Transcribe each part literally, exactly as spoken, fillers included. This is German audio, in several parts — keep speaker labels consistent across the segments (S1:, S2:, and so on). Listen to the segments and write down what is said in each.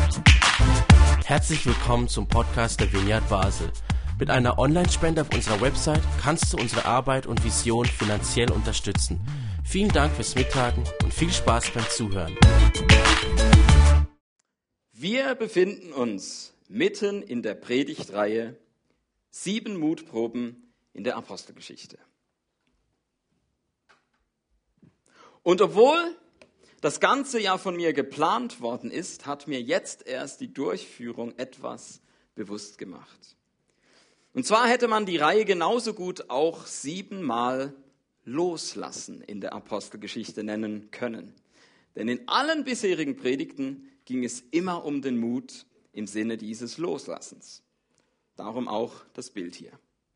S1: Herzlich willkommen zum Podcast der Vineyard Basel. Mit einer Online-Spende auf unserer Website kannst du unsere Arbeit und Vision finanziell unterstützen. Vielen Dank fürs Mittagen und viel Spaß beim Zuhören.
S2: Wir befinden uns mitten in der Predigtreihe Sieben Mutproben in der Apostelgeschichte. Und obwohl das Ganze ja von mir geplant worden ist, hat mir jetzt erst die Durchführung etwas bewusst gemacht. Und zwar hätte man die Reihe genauso gut auch siebenmal Loslassen in der Apostelgeschichte nennen können. Denn in allen bisherigen Predigten ging es immer um den Mut im Sinne dieses Loslassens. Darum auch das Bild hier.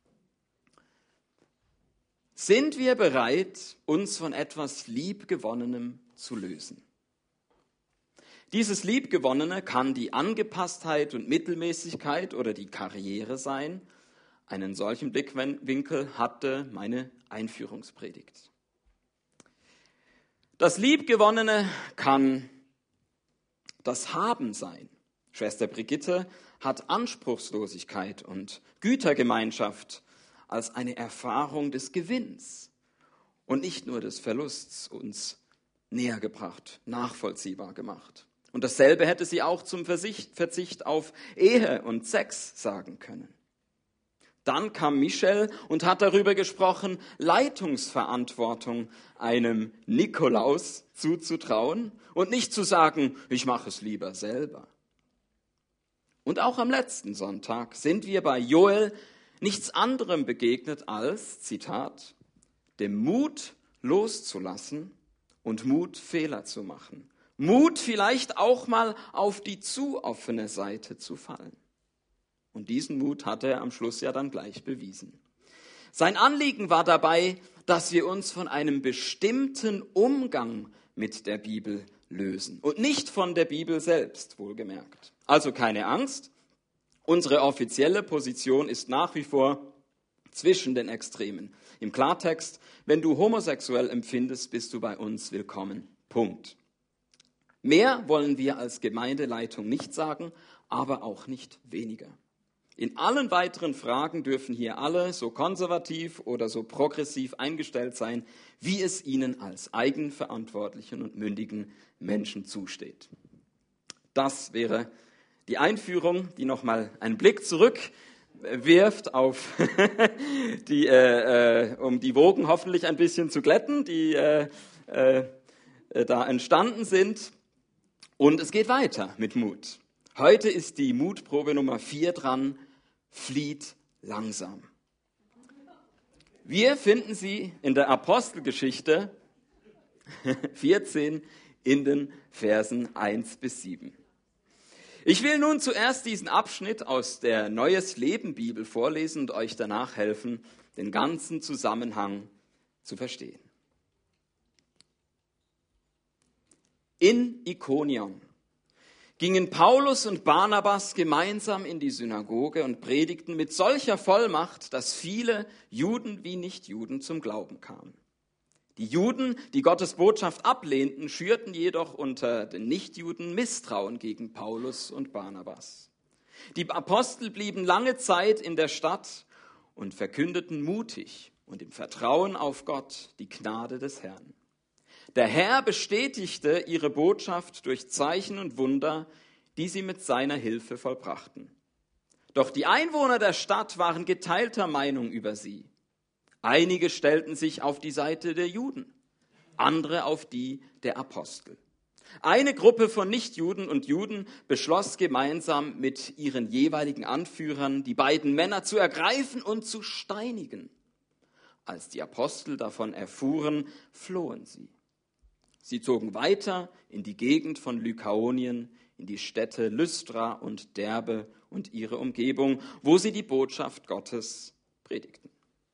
S2: Sind wir bereit, uns von etwas Liebgewonnenem zu lösen? Dieses Liebgewonnene kann die Angepasstheit und Mittelmäßigkeit oder die Karriere sein. Einen solchen Blickwinkel hatte meine Einführungspredigt. Das Liebgewonnene kann das Haben sein. Schwester Brigitte hat Anspruchslosigkeit und Gütergemeinschaft als eine Erfahrung des Gewinns und nicht nur des Verlusts uns näher gebracht, nachvollziehbar gemacht. Und dasselbe hätte sie auch zum Verzicht auf Ehe und Sex sagen können. Dann kam Michel und hat darüber gesprochen, Leitungsverantwortung einem Nikolaus zuzutrauen und nicht zu sagen, ich mache es lieber selber. Und auch am letzten Sonntag sind wir bei Joel nichts anderem begegnet als, Zitat, dem Mut loszulassen und Mut Fehler zu machen. Mut vielleicht auch mal auf die zu offene Seite zu fallen. Und diesen Mut hat er am Schluss ja dann gleich bewiesen. Sein Anliegen war dabei, dass wir uns von einem bestimmten Umgang mit der Bibel lösen und nicht von der Bibel selbst, wohlgemerkt. Also keine Angst, unsere offizielle Position ist nach wie vor zwischen den Extremen. Im Klartext, wenn du homosexuell empfindest, bist du bei uns willkommen. Punkt. Mehr wollen wir als Gemeindeleitung nicht sagen, aber auch nicht weniger. In allen weiteren Fragen dürfen hier alle so konservativ oder so progressiv eingestellt sein, wie es ihnen als eigenverantwortlichen und mündigen Menschen zusteht. Das wäre die Einführung, die nochmal einen Blick zurück wirft, auf die, äh, äh, um die Wogen hoffentlich ein bisschen zu glätten, die äh, äh, da entstanden sind. Und es geht weiter mit Mut. Heute ist die Mutprobe Nummer vier dran, flieht langsam. Wir finden sie in der Apostelgeschichte vierzehn in den Versen eins bis sieben. Ich will nun zuerst diesen Abschnitt aus der Neues Leben Bibel vorlesen und euch danach helfen, den ganzen Zusammenhang zu verstehen. In Ikonion gingen Paulus und Barnabas gemeinsam in die Synagoge und predigten mit solcher Vollmacht, dass viele Juden wie Nichtjuden zum Glauben kamen. Die Juden, die Gottes Botschaft ablehnten, schürten jedoch unter den Nichtjuden Misstrauen gegen Paulus und Barnabas. Die Apostel blieben lange Zeit in der Stadt und verkündeten mutig und im Vertrauen auf Gott die Gnade des Herrn. Der Herr bestätigte ihre Botschaft durch Zeichen und Wunder, die sie mit seiner Hilfe vollbrachten. Doch die Einwohner der Stadt waren geteilter Meinung über sie. Einige stellten sich auf die Seite der Juden, andere auf die der Apostel. Eine Gruppe von Nichtjuden und Juden beschloss gemeinsam mit ihren jeweiligen Anführern, die beiden Männer zu ergreifen und zu steinigen. Als die Apostel davon erfuhren, flohen sie. Sie zogen weiter in die Gegend von Lykaonien, in die Städte Lystra und Derbe und ihre Umgebung, wo sie die Botschaft Gottes predigten.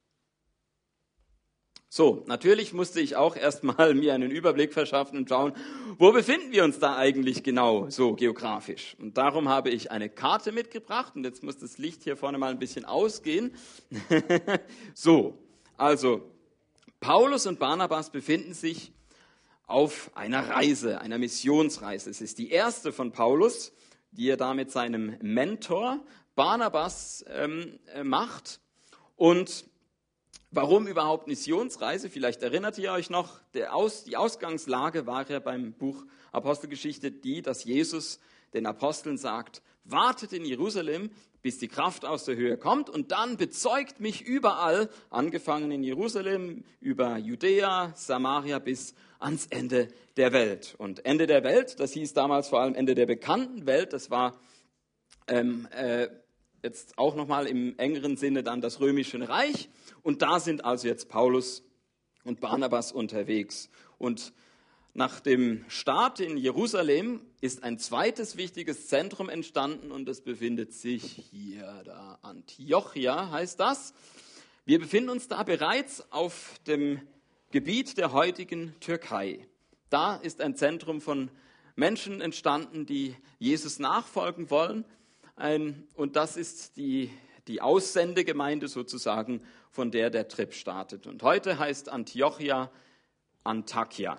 S2: So, natürlich musste ich auch erstmal mir einen Überblick verschaffen und schauen, wo befinden wir uns da eigentlich genau so geografisch. Und darum habe ich eine Karte mitgebracht und jetzt muss das Licht hier vorne mal ein bisschen ausgehen. So, also Paulus und Barnabas befinden sich auf einer Reise, einer Missionsreise. Es ist die erste von Paulus die er da mit seinem Mentor Barnabas ähm, macht. Und warum überhaupt Missionsreise? Vielleicht erinnert ihr euch noch, der Aus, die Ausgangslage war ja beim Buch Apostelgeschichte die, dass Jesus den Aposteln sagt, wartet in Jerusalem, bis die Kraft aus der Höhe kommt und dann bezeugt mich überall, angefangen in Jerusalem, über Judäa, Samaria bis ans Ende der Welt. Und Ende der Welt, das hieß damals vor allem Ende der bekannten Welt, das war ähm, äh, jetzt auch nochmal im engeren Sinne dann das Römische Reich. Und da sind also jetzt Paulus und Barnabas unterwegs. Und nach dem Start in Jerusalem ist ein zweites wichtiges Zentrum entstanden und das befindet sich hier, da Antiochia heißt das. Wir befinden uns da bereits auf dem Gebiet der heutigen Türkei. Da ist ein Zentrum von Menschen entstanden, die Jesus nachfolgen wollen. Ein, und das ist die, die Aussendegemeinde sozusagen, von der der Trip startet. Und heute heißt Antiochia Antakya.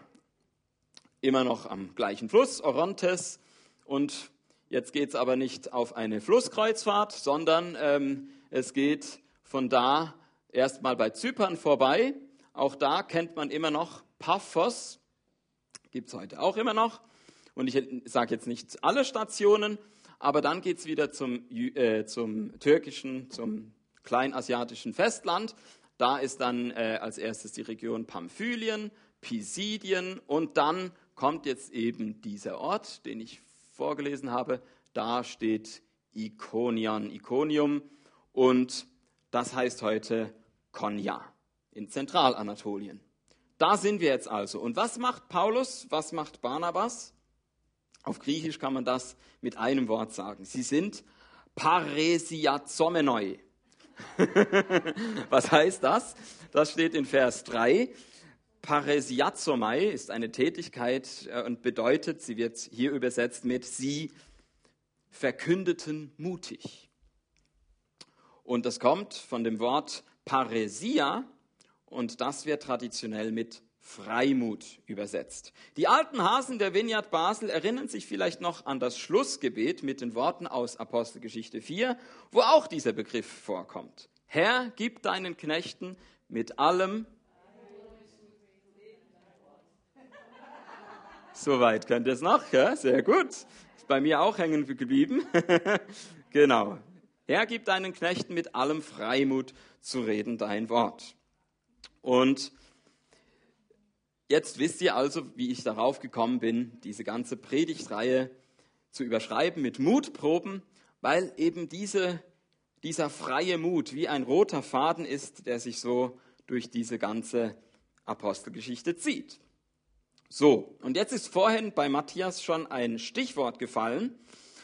S2: Immer noch am gleichen Fluss, Orontes. Und jetzt geht es aber nicht auf eine Flusskreuzfahrt, sondern ähm, es geht von da erstmal bei Zypern vorbei. Auch da kennt man immer noch Paphos, gibt es heute auch immer noch. Und ich sage jetzt nicht alle Stationen, aber dann geht es wieder zum, äh, zum türkischen, zum kleinasiatischen Festland. Da ist dann äh, als erstes die Region Pamphylien, Pisidien und dann kommt jetzt eben dieser Ort, den ich vorgelesen habe. Da steht Ikonion, Ikonium und das heißt heute Konya in Zentralanatolien. Da sind wir jetzt also. Und was macht Paulus, was macht Barnabas? Auf Griechisch kann man das mit einem Wort sagen. Sie sind Paresiazomenoi. Was heißt das? Das steht in Vers drei. Paresiazomai ist eine Tätigkeit und bedeutet, sie wird hier übersetzt mit, sie verkündeten mutig. Und das kommt von dem Wort Paresia und das wird traditionell mit Freimut übersetzt. Die alten Hasen der Vineyard Basel erinnern sich vielleicht noch an das Schlussgebet mit den Worten aus Apostelgeschichte vier, wo auch dieser Begriff vorkommt. Herr, gib deinen Knechten mit allem. Soweit könnt ihr es noch, ja? Sehr gut. Ist bei mir auch hängen geblieben. Genau. Herr, gib deinen Knechten mit allem Freimut zu reden dein Wort. Und jetzt wisst ihr also, wie ich darauf gekommen bin, diese ganze Predigtreihe zu überschreiben mit Mutproben, weil eben diese, dieser freie Mut wie ein roter Faden ist, der sich so durch diese ganze Apostelgeschichte zieht. So, und jetzt ist vorhin bei Matthias schon ein Stichwort gefallen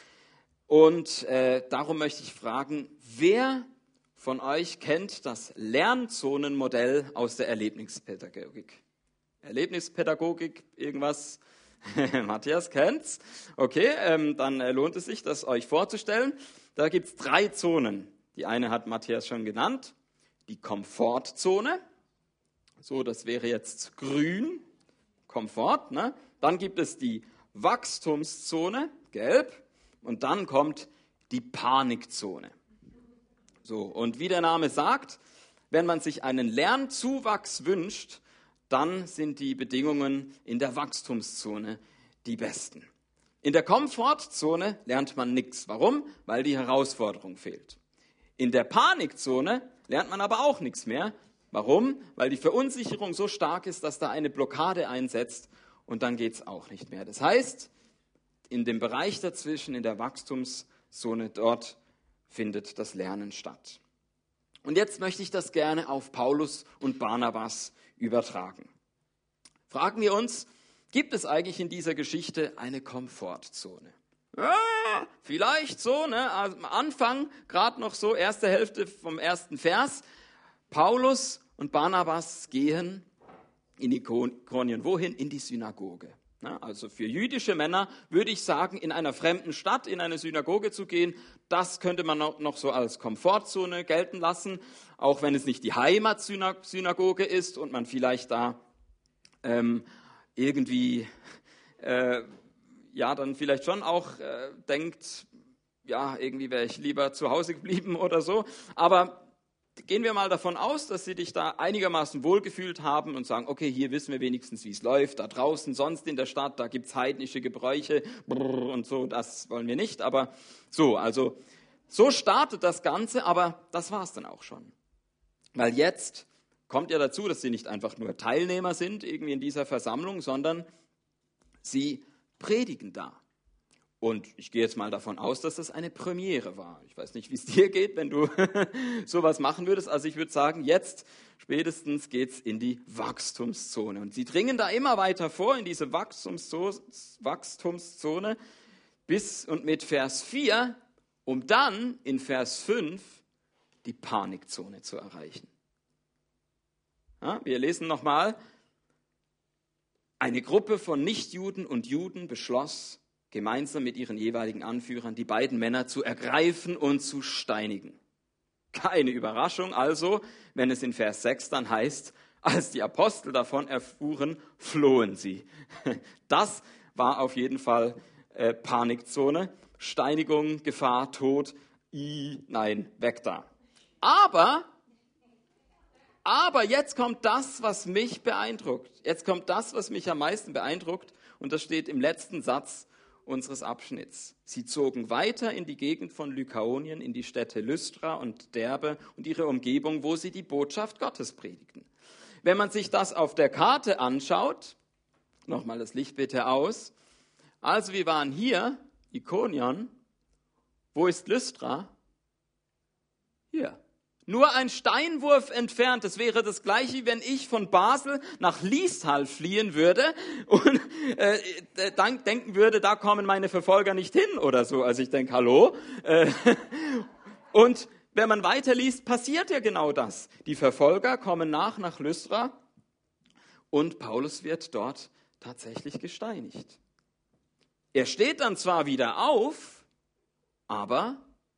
S2: und äh, darum möchte ich fragen, wer von euch kennt das Lernzonenmodell aus der Erlebnispädagogik? Erlebnispädagogik, irgendwas? Matthias kennt's. Okay, ähm, dann äh, lohnt es sich, das euch vorzustellen. Da gibt es drei Zonen. Die eine hat Matthias schon genannt, die Komfortzone. So, das wäre jetzt grün. Komfort, ne? Dann gibt es die Wachstumszone, gelb, und dann kommt die Panikzone. So, und wie der Name sagt, wenn man sich einen Lernzuwachs wünscht, dann sind die Bedingungen in der Wachstumszone die besten. In der Komfortzone lernt man nichts. Warum? Weil die Herausforderung fehlt. In der Panikzone lernt man aber auch nichts mehr. Warum? Weil die Verunsicherung so stark ist, dass da eine Blockade einsetzt und dann geht es auch nicht mehr. Das heißt, in dem Bereich dazwischen, in der Wachstumszone, dort findet das Lernen statt. Und jetzt möchte ich das gerne auf Paulus und Barnabas übertragen. Fragen wir uns, gibt es eigentlich in dieser Geschichte eine Komfortzone? Ja, vielleicht so, ne? Am Anfang, gerade noch so, erste Hälfte vom ersten Vers. Paulus und Barnabas gehen in Ikonien. Wohin? In die Synagoge. Ja, also für jüdische Männer würde ich sagen, in einer fremden Stadt in eine Synagoge zu gehen, das könnte man noch so als Komfortzone gelten lassen, auch wenn es nicht die Heimatsynagoge ist und man vielleicht da ähm, irgendwie äh, ja dann vielleicht schon auch äh, denkt, ja, irgendwie wäre ich lieber zu Hause geblieben oder so. Aber gehen wir mal davon aus, dass sie dich da einigermaßen wohlgefühlt haben und sagen, okay, hier wissen wir wenigstens, wie es läuft, da draußen, sonst in der Stadt, da gibt es heidnische Gebräuche und so, das wollen wir nicht. Aber so, also so startet das Ganze, aber das war es dann auch schon. Weil jetzt kommt ja dazu, dass sie nicht einfach nur Teilnehmer sind irgendwie in dieser Versammlung, sondern sie predigen da. Und ich gehe jetzt mal davon aus, dass das eine Premiere war. Ich weiß nicht, wie es dir geht, wenn du sowas machen würdest. Also ich würde sagen, jetzt spätestens geht es in die Wachstumszone. Und sie dringen da immer weiter vor in diese Wachstumszone, Wachstumszone bis und mit Vers vier, um dann in Vers fünf die Panikzone zu erreichen. Ja, wir lesen nochmal. Eine Gruppe von Nichtjuden und Juden beschloss, gemeinsam mit ihren jeweiligen Anführern die beiden Männer zu ergreifen und zu steinigen. Keine Überraschung also, wenn es in Vers sechs dann heißt, als die Apostel davon erfuhren, flohen sie. Das war auf jeden Fall äh, Panikzone, Steinigung, Gefahr, Tod, i, nein, weg da. Aber, aber jetzt kommt das, was mich beeindruckt. Jetzt kommt das, was mich am meisten beeindruckt, und das steht im letzten Satz unseres Abschnitts. Sie zogen weiter in die Gegend von Lykaonien, in die Städte Lystra und Derbe und ihre Umgebung, wo sie die Botschaft Gottes predigten. Wenn man sich das auf der Karte anschaut, nochmal das Licht bitte aus, also wir waren hier, Ikonion, wo ist Lystra? Hier. Nur ein Steinwurf entfernt. Das wäre das Gleiche, wenn ich von Basel nach Liestal fliehen würde und äh, dann denken würde, da kommen meine Verfolger nicht hin oder so. Also ich denke, hallo. Äh, und wenn man weiterliest, passiert ja genau das. Die Verfolger kommen nach nach Lystra und Paulus wird dort tatsächlich gesteinigt. Er steht dann zwar wieder auf, aber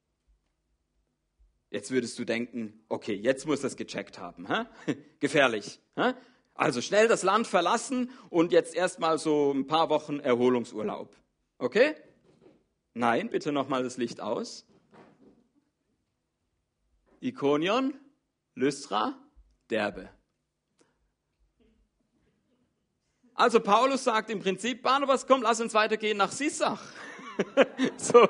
S2: jetzt würdest du denken, okay, jetzt muss das gecheckt haben. Hä? Gefährlich. Hä? Also schnell das Land verlassen und jetzt erstmal so ein paar Wochen Erholungsurlaub. Okay? Nein, bitte nochmal das Licht aus. Ikonion, Lystra, Derbe. Also Paulus sagt im Prinzip, Barnabas, komm, lass uns weitergehen nach Sissach. So.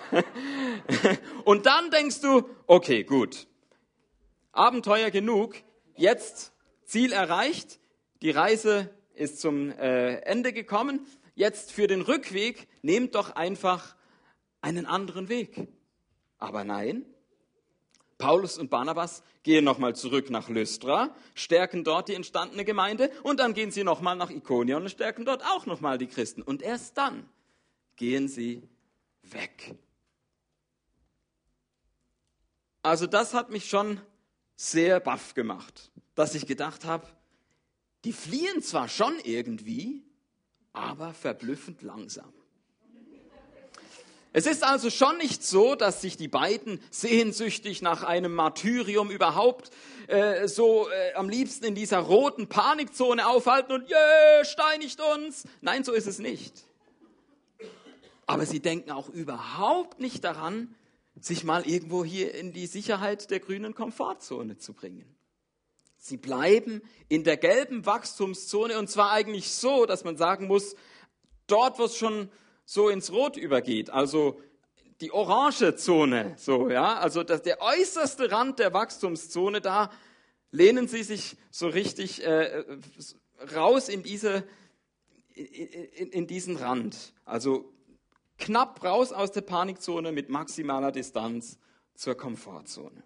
S2: Und dann denkst du, okay, gut, Abenteuer genug, jetzt Ziel erreicht, die Reise ist zum äh, Ende gekommen, jetzt für den Rückweg nehmt doch einfach einen anderen Weg. Aber nein, Paulus und Barnabas gehen nochmal zurück nach Lystra, stärken dort die entstandene Gemeinde und dann gehen sie nochmal nach Ikonion und stärken dort auch nochmal die Christen. Und erst dann gehen sie weg. Also das hat mich schon sehr baff gemacht, dass ich gedacht habe, die fliehen zwar schon irgendwie, aber verblüffend langsam. Es ist also schon nicht so, dass sich die beiden sehnsüchtig nach einem Martyrium überhaupt äh, so äh, am liebsten in dieser roten Panikzone aufhalten und yeah, steinigt uns. Nein, so ist es nicht. Aber sie denken auch überhaupt nicht daran, sich mal irgendwo hier in die Sicherheit der grünen Komfortzone zu bringen. Sie bleiben in der gelben Wachstumszone und zwar eigentlich so, dass man sagen muss, dort, wo es schon so ins Rot übergeht, also die orange Zone, so, ja, also das, der äußerste Rand der Wachstumszone, da lehnen sie sich so richtig äh, raus in, diese, in, in, in diesen Rand, also knapp raus aus der Panikzone mit maximaler Distanz zur Komfortzone.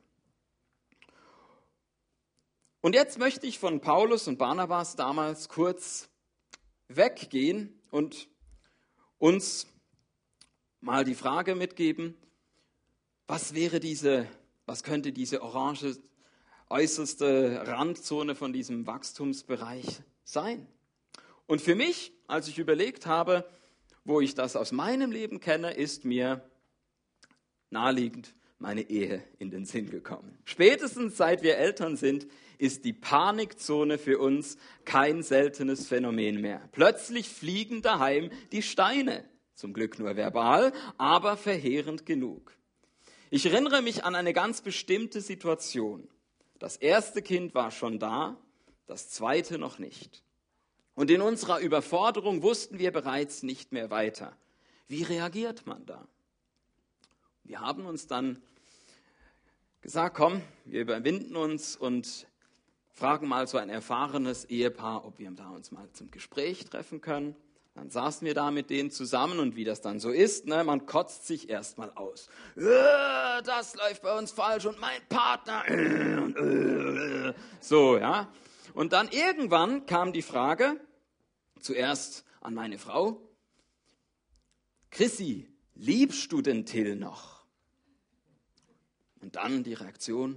S2: Und jetzt möchte ich von Paulus und Barnabas damals kurz weggehen und uns mal die Frage mitgeben, was wäre diese, was könnte diese orange äußerste Randzone von diesem Wachstumsbereich sein? Und für mich, als ich überlegt habe, wo ich das aus meinem Leben kenne, ist mir naheliegend meine Ehe in den Sinn gekommen. Spätestens seit wir Eltern sind, ist die Panikzone für uns kein seltenes Phänomen mehr. Plötzlich fliegen daheim die Steine. Zum Glück nur verbal, aber verheerend genug. Ich erinnere mich an eine ganz bestimmte Situation. Das erste Kind war schon da, das zweite noch nicht. Und in unserer Überforderung wussten wir bereits nicht mehr weiter. Wie reagiert man da? Wir haben uns dann gesagt, komm, wir überwinden uns und fragen mal so ein erfahrenes Ehepaar, ob wir da uns mal zum Gespräch treffen können. Dann saßen wir da mit denen zusammen und wie das dann so ist, ne, man kotzt sich erstmal aus. Äh, das läuft bei uns falsch und mein Partner. Äh, und, äh, so, ja. Und dann irgendwann kam die Frage, zuerst an meine Frau, Chrissy, liebst du den Till noch? Und dann die Reaktion,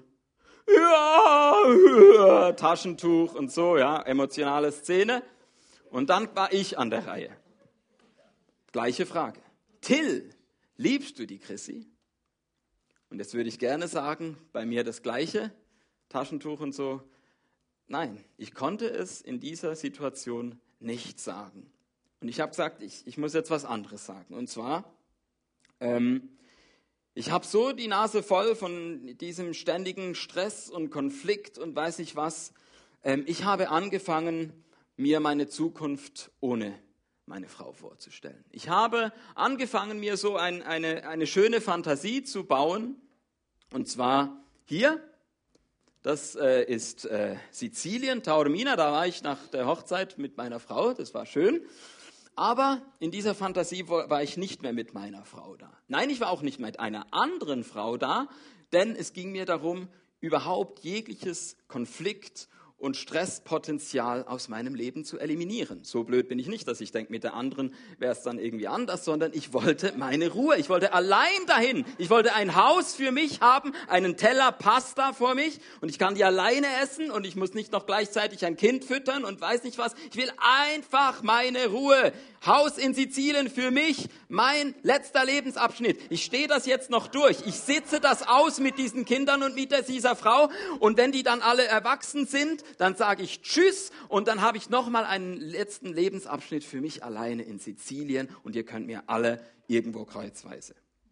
S2: ja, Taschentuch und so, ja, emotionale Szene. Und dann war ich an der Reihe. Gleiche Frage. Till, liebst du die Chrissy? Und jetzt würde ich gerne sagen, bei mir das Gleiche, Taschentuch und so. Nein, ich konnte es in dieser Situation nicht sagen. Und ich habe gesagt, ich, ich muss jetzt was anderes sagen. Und zwar, ähm, ich habe so die Nase voll von diesem ständigen Stress und Konflikt und weiß nicht was. Ähm, ich habe angefangen, mir meine Zukunft ohne meine Frau vorzustellen. Ich habe angefangen, mir so ein, eine, eine schöne Fantasie zu bauen. Und zwar hier, das äh, ist äh, Sizilien, Taormina, da war ich nach der Hochzeit mit meiner Frau, das war schön. Aber in dieser Fantasie war ich nicht mehr mit meiner Frau da. Nein, ich war auch nicht mit einer anderen Frau da, denn es ging mir darum, überhaupt jegliches Konflikt und Stresspotenzial aus meinem Leben zu eliminieren. So blöd bin ich nicht, dass ich denke, mit der anderen wäre es dann irgendwie anders, sondern ich wollte meine Ruhe. Ich wollte allein dahin. Ich wollte ein Haus für mich haben, einen Teller Pasta vor mich und ich kann die alleine essen und ich muss nicht noch gleichzeitig ein Kind füttern und weiß nicht was. Ich will einfach meine Ruhe. Haus in Sizilien für mich, mein letzter Lebensabschnitt. Ich stehe das jetzt noch durch. Ich sitze das aus mit diesen Kindern und mit dieser Frau und wenn die dann alle erwachsen sind, dann sage ich Tschüss und dann habe ich nochmal einen letzten Lebensabschnitt für mich alleine in Sizilien und ihr könnt mir alle irgendwo kreuzweise.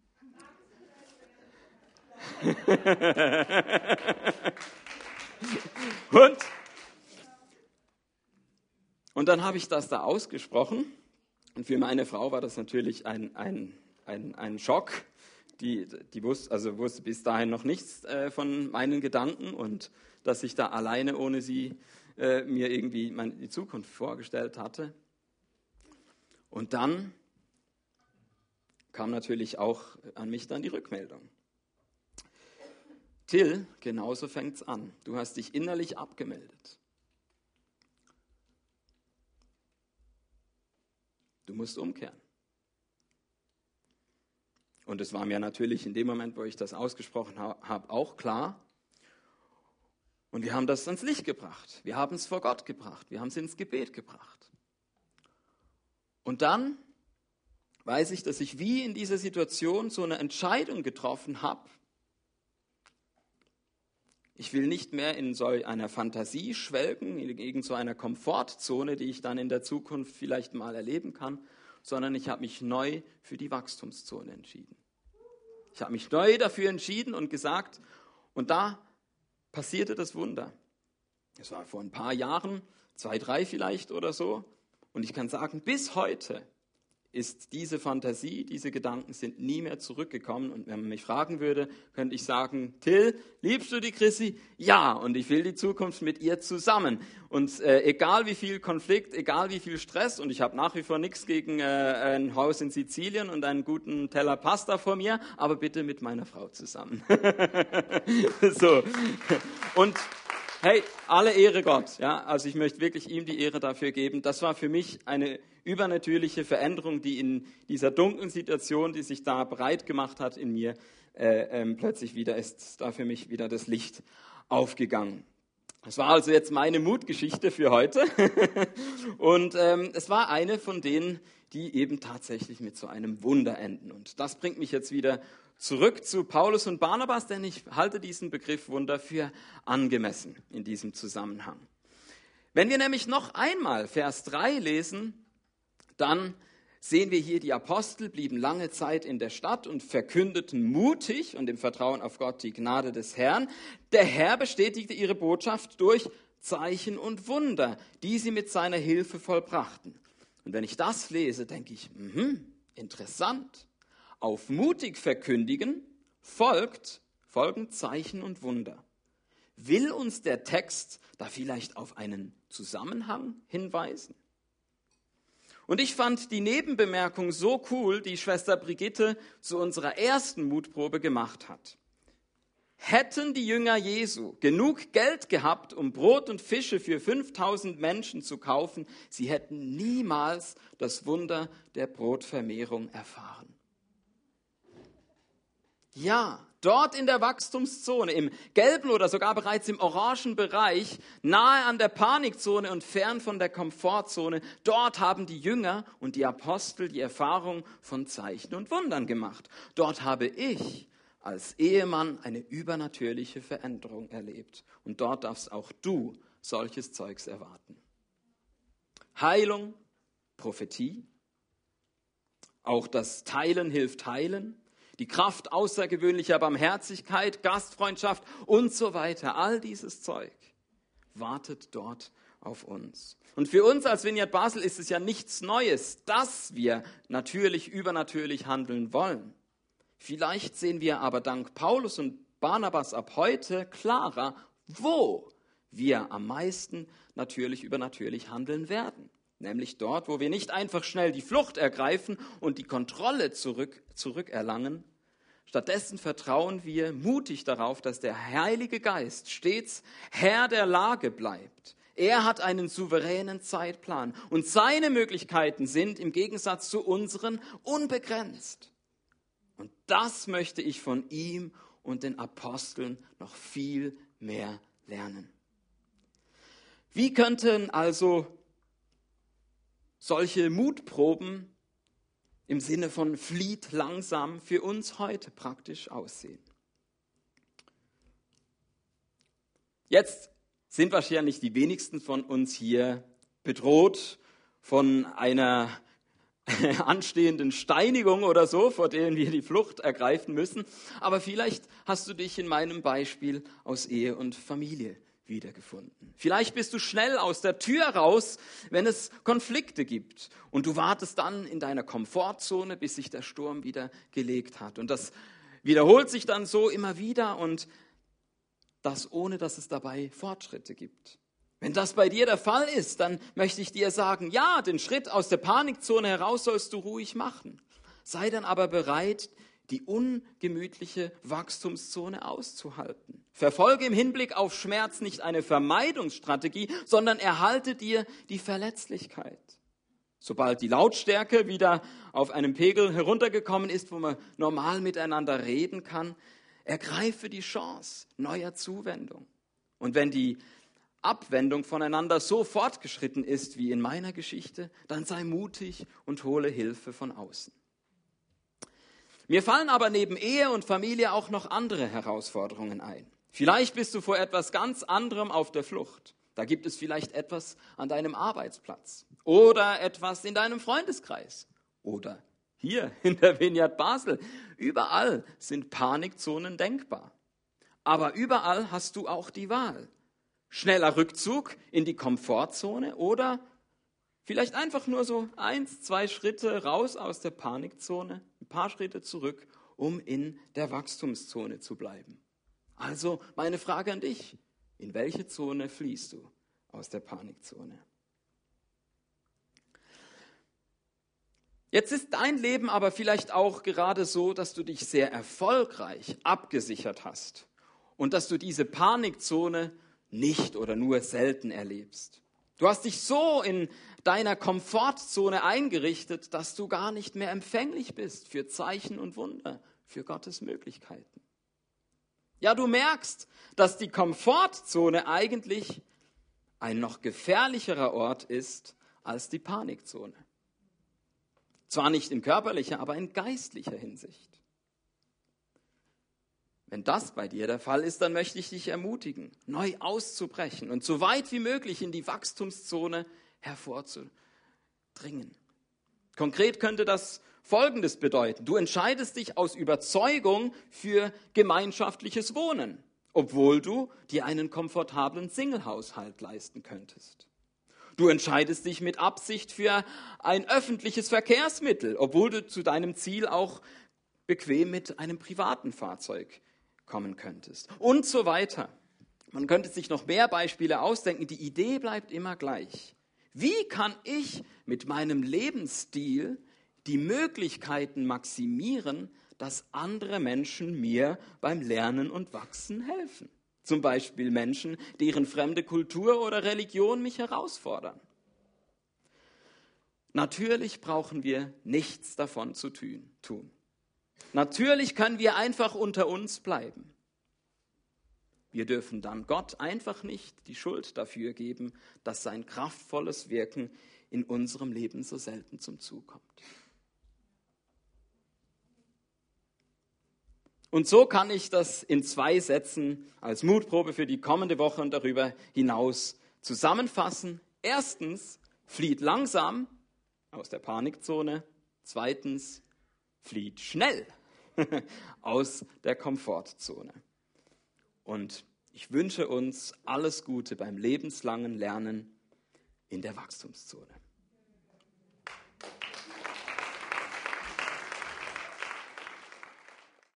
S2: und, und dann habe ich das da ausgesprochen und für meine Frau war das natürlich ein, ein, ein, ein Schock. Die, die wusste, also wusste bis dahin noch nichts äh, von meinen Gedanken und dass ich da alleine ohne sie äh, mir irgendwie meine, die Zukunft vorgestellt hatte. Und dann kam natürlich auch an mich dann die Rückmeldung. Till, genauso fängt's an. Du hast dich innerlich abgemeldet. Du musst umkehren. Und es war mir natürlich in dem Moment, wo ich das ausgesprochen habe, auch klar. Und wir haben das ans Licht gebracht. Wir haben es vor Gott gebracht. Wir haben es ins Gebet gebracht. Und dann weiß ich, dass ich wie in dieser Situation so eine Entscheidung getroffen habe. Ich will nicht mehr in so einer Fantasie schwelgen, in irgend so einer Komfortzone, die ich dann in der Zukunft vielleicht mal erleben kann, sondern ich habe mich neu für die Wachstumszone entschieden. Ich habe mich neu dafür entschieden und gesagt, und da passierte das Wunder. Es war vor ein paar Jahren, zwei, drei vielleicht oder so, und ich kann sagen, bis heute ist diese Fantasie, diese Gedanken sind nie mehr zurückgekommen. Und wenn man mich fragen würde, könnte ich sagen, Till, liebst du die Chrissy? Ja, und ich will die Zukunft mit ihr zusammen. Und äh, egal wie viel Konflikt, egal wie viel Stress, und ich habe nach wie vor nichts gegen äh, ein Haus in Sizilien und einen guten Teller Pasta vor mir, aber bitte mit meiner Frau zusammen. so. Und hey, alle Ehre Gott. Ja, also ich möchte wirklich ihm die Ehre dafür geben. Das war für mich eine übernatürliche Veränderung, die in dieser dunklen Situation, die sich da breit gemacht hat in mir, äh, ähm, plötzlich wieder ist da für mich wieder das Licht aufgegangen. Das war also jetzt meine Mutgeschichte für heute. Und ähm, es war eine von denen, die eben tatsächlich mit so einem Wunder enden. Und das bringt mich jetzt wieder zurück zu Paulus und Barnabas, denn ich halte diesen Begriff Wunder für angemessen in diesem Zusammenhang. Wenn wir nämlich noch einmal Vers drei lesen, dann sehen wir hier, die Apostel blieben lange Zeit in der Stadt und verkündeten mutig und im Vertrauen auf Gott die Gnade des Herrn. Der Herr bestätigte ihre Botschaft durch Zeichen und Wunder, die sie mit seiner Hilfe vollbrachten. Und wenn ich das lese, denke ich, mh, interessant. Auf mutig verkündigen folgt, folgen Zeichen und Wunder. Will uns der Text da vielleicht auf einen Zusammenhang hinweisen? Und ich fand die Nebenbemerkung so cool, die Schwester Brigitte zu unserer ersten Mutprobe gemacht hat. Hätten die Jünger Jesu genug Geld gehabt, um Brot und Fische für fünftausend Menschen zu kaufen, sie hätten niemals das Wunder der Brotvermehrung erfahren. Ja, dort in der Wachstumszone, im gelben oder sogar bereits im orangen Bereich, nahe an der Panikzone und fern von der Komfortzone, dort haben die Jünger und die Apostel die Erfahrung von Zeichen und Wundern gemacht. Dort habe ich als Ehemann eine übernatürliche Veränderung erlebt. Und dort darfst auch du solches Zeugs erwarten. Heilung, Prophetie, auch das Teilen hilft heilen. Die Kraft außergewöhnlicher Barmherzigkeit, Gastfreundschaft und so weiter. All dieses Zeug wartet dort auf uns. Und für uns als Vineyard Basel ist es ja nichts Neues, dass wir natürlich übernatürlich handeln wollen. Vielleicht sehen wir aber dank Paulus und Barnabas ab heute klarer, wo wir am meisten natürlich übernatürlich handeln werden. Nämlich dort, wo wir nicht einfach schnell die Flucht ergreifen und die Kontrolle zurück, zurückerlangen. Stattdessen vertrauen wir mutig darauf, dass der Heilige Geist stets Herr der Lage bleibt. Er hat einen souveränen Zeitplan und seine Möglichkeiten sind im Gegensatz zu unseren unbegrenzt. Und das möchte ich von ihm und den Aposteln noch viel mehr lernen. Wie könnten also solche Mutproben im Sinne von flieht langsam für uns heute praktisch aussehen? Jetzt sind wahrscheinlich die wenigsten von uns hier bedroht von einer anstehenden Steinigung oder so, vor denen wir die Flucht ergreifen müssen. Aber vielleicht hast du dich in meinem Beispiel aus Ehe und Familie wiedergefunden. Vielleicht bist du schnell aus der Tür raus, wenn es Konflikte gibt. Und du wartest dann in deiner Komfortzone, bis sich der Sturm wieder gelegt hat. Und das wiederholt sich dann so immer wieder und das ohne, dass es dabei Fortschritte gibt. Wenn das bei dir der Fall ist, dann möchte ich dir sagen, ja, den Schritt aus der Panikzone heraus sollst du ruhig machen. Sei dann aber bereit, die ungemütliche Wachstumszone auszuhalten. Verfolge im Hinblick auf Schmerz nicht eine Vermeidungsstrategie, sondern erhalte dir die Verletzlichkeit. Sobald die Lautstärke wieder auf einem Pegel heruntergekommen ist, wo man normal miteinander reden kann, ergreife die Chance neuer Zuwendung. Und wenn die Abwendung voneinander so fortgeschritten ist wie in meiner Geschichte, dann sei mutig und hole Hilfe von außen. Mir fallen aber neben Ehe und Familie auch noch andere Herausforderungen ein. Vielleicht bist du vor etwas ganz anderem auf der Flucht. Da gibt es vielleicht etwas an deinem Arbeitsplatz oder etwas in deinem Freundeskreis oder hier in der Vineyard Basel. Überall sind Panikzonen denkbar. Aber überall hast du auch die Wahl. Schneller Rückzug in die Komfortzone oder vielleicht einfach nur so eins, zwei Schritte raus aus der Panikzone, ein paar Schritte zurück, um in der Wachstumszone zu bleiben. Also meine Frage an dich, in welche Zone fliehst du aus der Panikzone? Jetzt ist dein Leben aber vielleicht auch gerade so, dass du dich sehr erfolgreich abgesichert hast und dass du diese Panikzone nicht oder nur selten erlebst. Du hast dich so in deiner Komfortzone eingerichtet, dass du gar nicht mehr empfänglich bist für Zeichen und Wunder, für Gottes Möglichkeiten. Ja, du merkst, dass die Komfortzone eigentlich ein noch gefährlicherer Ort ist als die Panikzone. Zwar nicht in körperlicher, aber in geistlicher Hinsicht. Wenn das bei dir der Fall ist, dann möchte ich dich ermutigen, neu auszubrechen und so weit wie möglich in die Wachstumszone hervorzudringen. Konkret könnte das Folgendes bedeuten. Du entscheidest dich aus Überzeugung für gemeinschaftliches Wohnen, obwohl du dir einen komfortablen Singlehaushalt leisten könntest. Du entscheidest dich mit Absicht für ein öffentliches Verkehrsmittel, obwohl du zu deinem Ziel auch bequem mit einem privaten Fahrzeug kommen könntest. Und so weiter. Man könnte sich noch mehr Beispiele ausdenken. Die Idee bleibt immer gleich. Wie kann ich mit meinem Lebensstil die Möglichkeiten maximieren, dass andere Menschen mir beim Lernen und Wachsen helfen? Zum Beispiel Menschen, deren fremde Kultur oder Religion mich herausfordern. Natürlich brauchen wir nichts davon zu tun. Natürlich können wir einfach unter uns bleiben. Wir dürfen dann Gott einfach nicht die Schuld dafür geben, dass sein kraftvolles Wirken in unserem Leben so selten zum Zug kommt. Und so kann ich das in zwei Sätzen als Mutprobe für die kommende Woche und darüber hinaus zusammenfassen. Erstens, flieht langsam aus der Panikzone. Zweitens, flieht schnell aus der Komfortzone. Und ich wünsche uns alles Gute beim lebenslangen Lernen in der Wachstumszone.